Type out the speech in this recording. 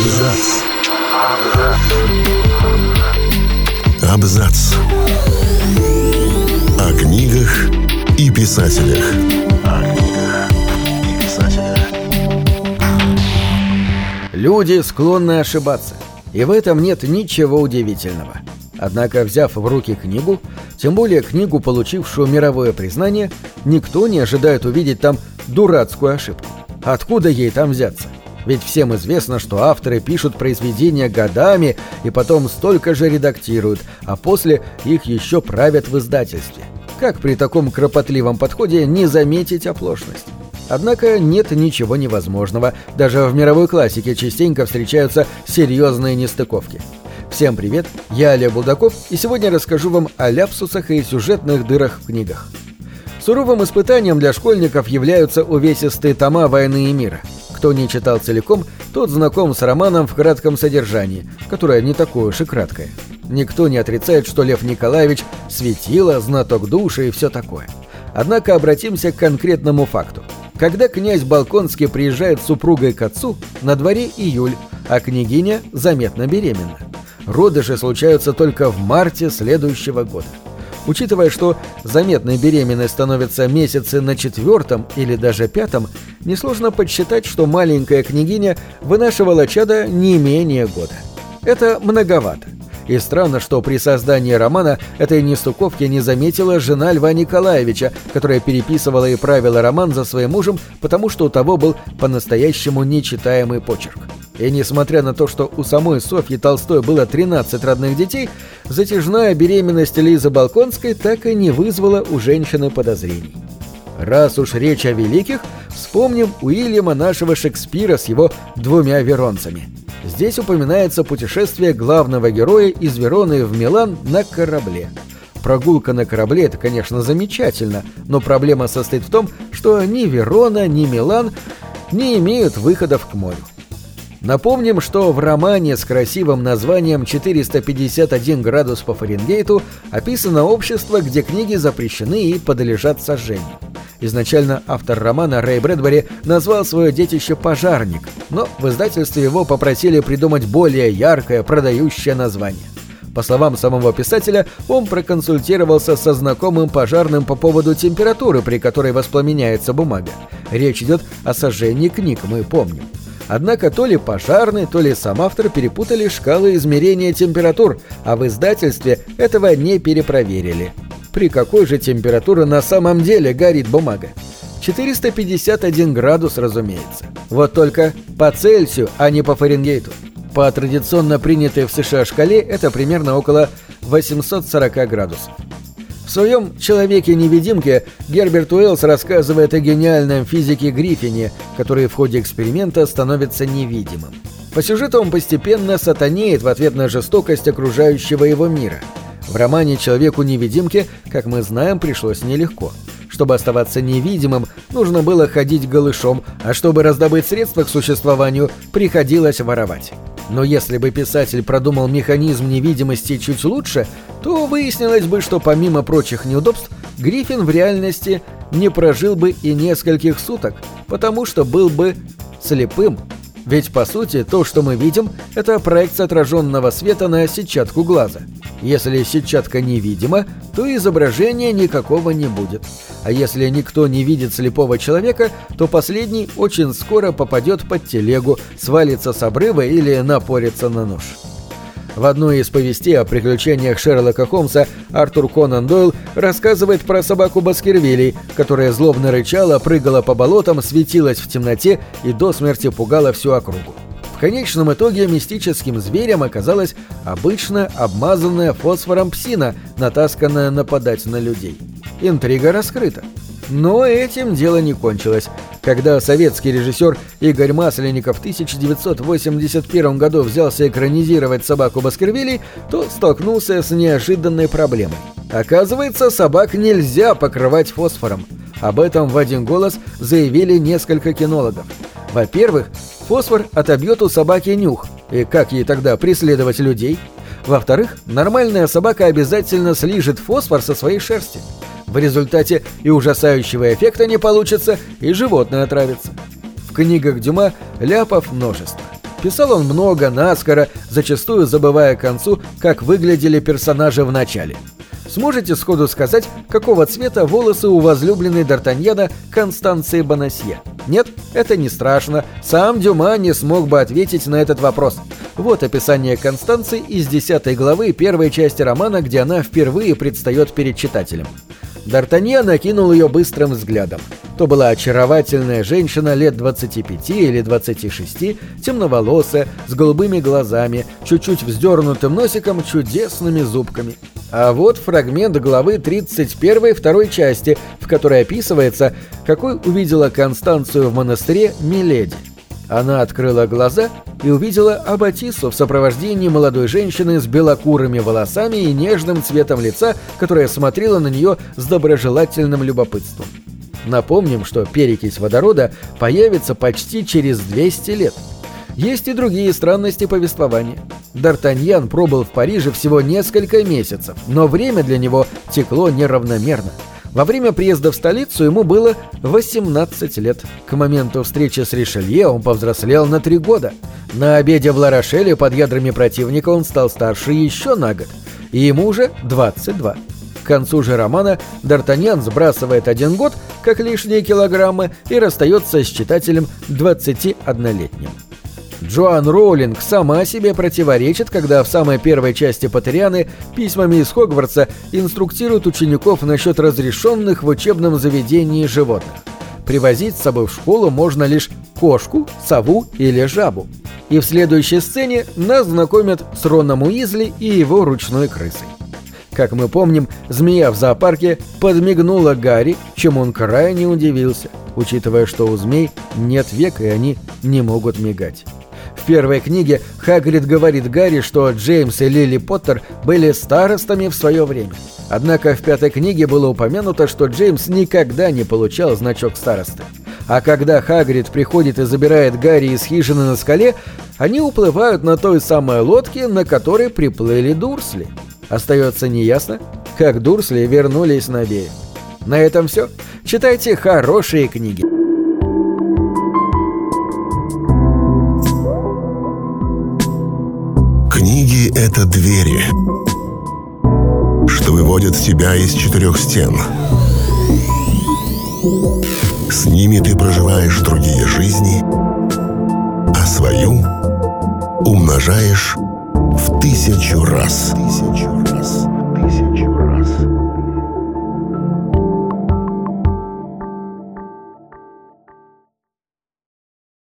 Абзац. Абзац. О книгах и писателях. Люди склонны ошибаться, и в этом нет ничего удивительного. Однако, взяв в руки книгу, тем более книгу, получившую мировое признание, никто не ожидает увидеть там дурацкую ошибку. Откуда ей там взяться? Ведь всем известно, что авторы пишут произведения годами и потом столько же редактируют, а после их еще правят в издательстве. Как при таком кропотливом подходе не заметить оплошность? Однако нет ничего невозможного. Даже в мировой классике частенько встречаются серьезные нестыковки. Всем привет, я Олег Булдаков, и сегодня расскажу вам о ляпсусах и сюжетных дырах в книгах. Суровым испытанием для школьников являются увесистые тома «Войны и мира». Кто не читал целиком, тот знаком с романом в кратком содержании, которое не такое уж и краткое. Никто не отрицает, что Лев Николаевич светило, знаток души и все такое. Однако обратимся к конкретному факту. Когда князь Болконский приезжает с супругой к отцу, на дворе июль, а княгиня заметно беременна. Роды же случаются только в марте следующего года. Учитывая, что заметной беременной становится месяцы на 4-м или даже 5-м, несложно подсчитать, что маленькая княгиня вынашивала чадо не менее года. Это многовато. И странно, что при создании романа этой нестыковки не заметила жена Льва Николаевича, которая переписывала и правила роман за своим мужем, потому что у того был по-настоящему нечитаемый почерк. И несмотря на то, что у самой Софьи Толстой было 13 родных детей, затяжная беременность Лизы Болконской так и не вызвала у женщины подозрений. Раз уж речь о великих, вспомним Уильяма нашего Шекспира с его «Двумя веронцами». Здесь упоминается путешествие главного героя из Вероны в Милан на корабле. Прогулка на корабле – это, конечно, замечательно, но проблема состоит в том, что ни Верона, ни Милан не имеют выходов к морю. Напомним, что в романе с красивым названием «451 градус по Фаренгейту» описано общество, где книги запрещены и подлежат сожжению. Изначально автор романа Рэй Брэдбери назвал свое детище «Пожарник», но в издательстве его попросили придумать более яркое, продающее название. По словам самого писателя, он проконсультировался со знакомым пожарным по поводу температуры, при которой воспламеняется бумага. Речь идет о сожжении книг, мы помним. Однако то ли пожарный, то ли сам автор перепутали шкалы измерения температур, а в издательстве этого не перепроверили. При какой же температуре на самом деле горит бумага? 451 градус, разумеется. Вот только по Цельсию, а не по Фаренгейту. По традиционно принятой в США шкале это примерно около 840 градусов. В своем «Человеке-невидимке» Герберт Уэллс рассказывает о гениальном физике Гриффине, который в ходе эксперимента становится невидимым. По сюжету он постепенно сатанеет в ответ на жестокость окружающего его мира. В романе «Человеку-невидимке», как мы знаем, пришлось нелегко. Чтобы оставаться невидимым, нужно было ходить голышом, а чтобы раздобыть средства к существованию, приходилось воровать. Но если бы писатель продумал механизм невидимости чуть лучше, то выяснилось бы, что помимо прочих неудобств, Гриффин в реальности не прожил бы и нескольких суток, потому что был бы слепым. Ведь, по сути, то, что мы видим, это проекция отраженного света на сетчатку глаза. Если сетчатка невидима, то изображения никакого не будет. А если никто не видит слепого человека, то последний очень скоро попадет под телегу, свалится с обрыва или напорится на нож. В одной из повестей о приключениях Шерлока Холмса Артур Конан Дойл рассказывает про собаку Баскервилей, которая злобно рычала, прыгала по болотам, светилась в темноте и до смерти пугала всю округу. В конечном итоге мистическим зверем оказалась обычная обмазанная фосфором псина, натасканная нападать на людей. Интрига раскрыта. Но этим дело не кончилось. Когда советский режиссер Игорь Масленников в 1981 году взялся экранизировать «Собаку Баскервилей», то столкнулся с неожиданной проблемой. Оказывается, собак нельзя покрывать фосфором. Об этом в один голос заявили несколько кинологов. Во-первых, фосфор отобьет у собаки нюх, и как ей тогда преследовать людей? Во-вторых, нормальная собака обязательно слижет фосфор со своей шерсти. В результате и ужасающего эффекта не получится, и животное отравится. В книгах Дюма ляпов множество. Писал он много, наскоро, зачастую забывая к концу, как выглядели персонажи в начале. Сможете сходу сказать, какого цвета волосы у возлюбленной Д'Артаньяна Констанции Бонасье? Нет, это не страшно. Сам Дюма не смог бы ответить на этот вопрос. Вот описание Констанции из 10 главы первой части романа, где она впервые предстает перед читателем. Д'Артаньян окинул ее быстрым взглядом. То была очаровательная женщина лет 25 или 26, темноволосая, с голубыми глазами, чуть-чуть вздернутым носиком, чудесными зубками. А вот фрагмент главы 31 второй части, в которой описывается, какой увидела Констанцию в монастыре Миледи. Она открыла глаза и увидела Аббатису в сопровождении молодой женщины с белокурыми волосами и нежным цветом лица, которая смотрела на нее с доброжелательным любопытством. Напомним, что перекись водорода появится почти через 200 лет. Есть и другие странности повествования. Д'Артаньян пробыл в Париже всего несколько месяцев, но время для него текло неравномерно. Во время приезда в столицу ему было 18 лет. К моменту встречи с Ришелье он повзрослел на 3 года. На обеде в Ла-Рошеле под ядрами противника он стал старше еще на год. И ему уже 22. К концу же романа Д'Артаньян сбрасывает 1 год, как лишние килограммы, и расстается с читателем 21-летним. Джоан Роулинг сама себе противоречит, когда в самой первой части Поттерианы письмами из Хогвартса инструктирует учеников насчет разрешенных в учебном заведении животных. Привозить с собой в школу можно лишь кошку, сову или жабу. И в следующей сцене нас знакомят с Роном Уизли и его ручной крысой. Как мы помним, змея в зоопарке подмигнула Гарри, чем он крайне удивился, учитывая, что у змей нет век и они не могут мигать. В первой книге Хагрид говорит Гарри, что Джеймс и Лили Поттер были старостами в свое время. Однако в 5-й книге было упомянуто, что Джеймс никогда не получал значок старосты. А когда Хагрид приходит и забирает Гарри из хижины на скале, они уплывают на той самой лодке, на которой приплыли Дурсли. Остается неясно, как Дурсли вернулись на берег. На этом все. Читайте хорошие книги. Книги — это двери, что выводят тебя из 4 стен. С ними ты проживаешь другие жизни, а свою умножаешь в 1000 раз.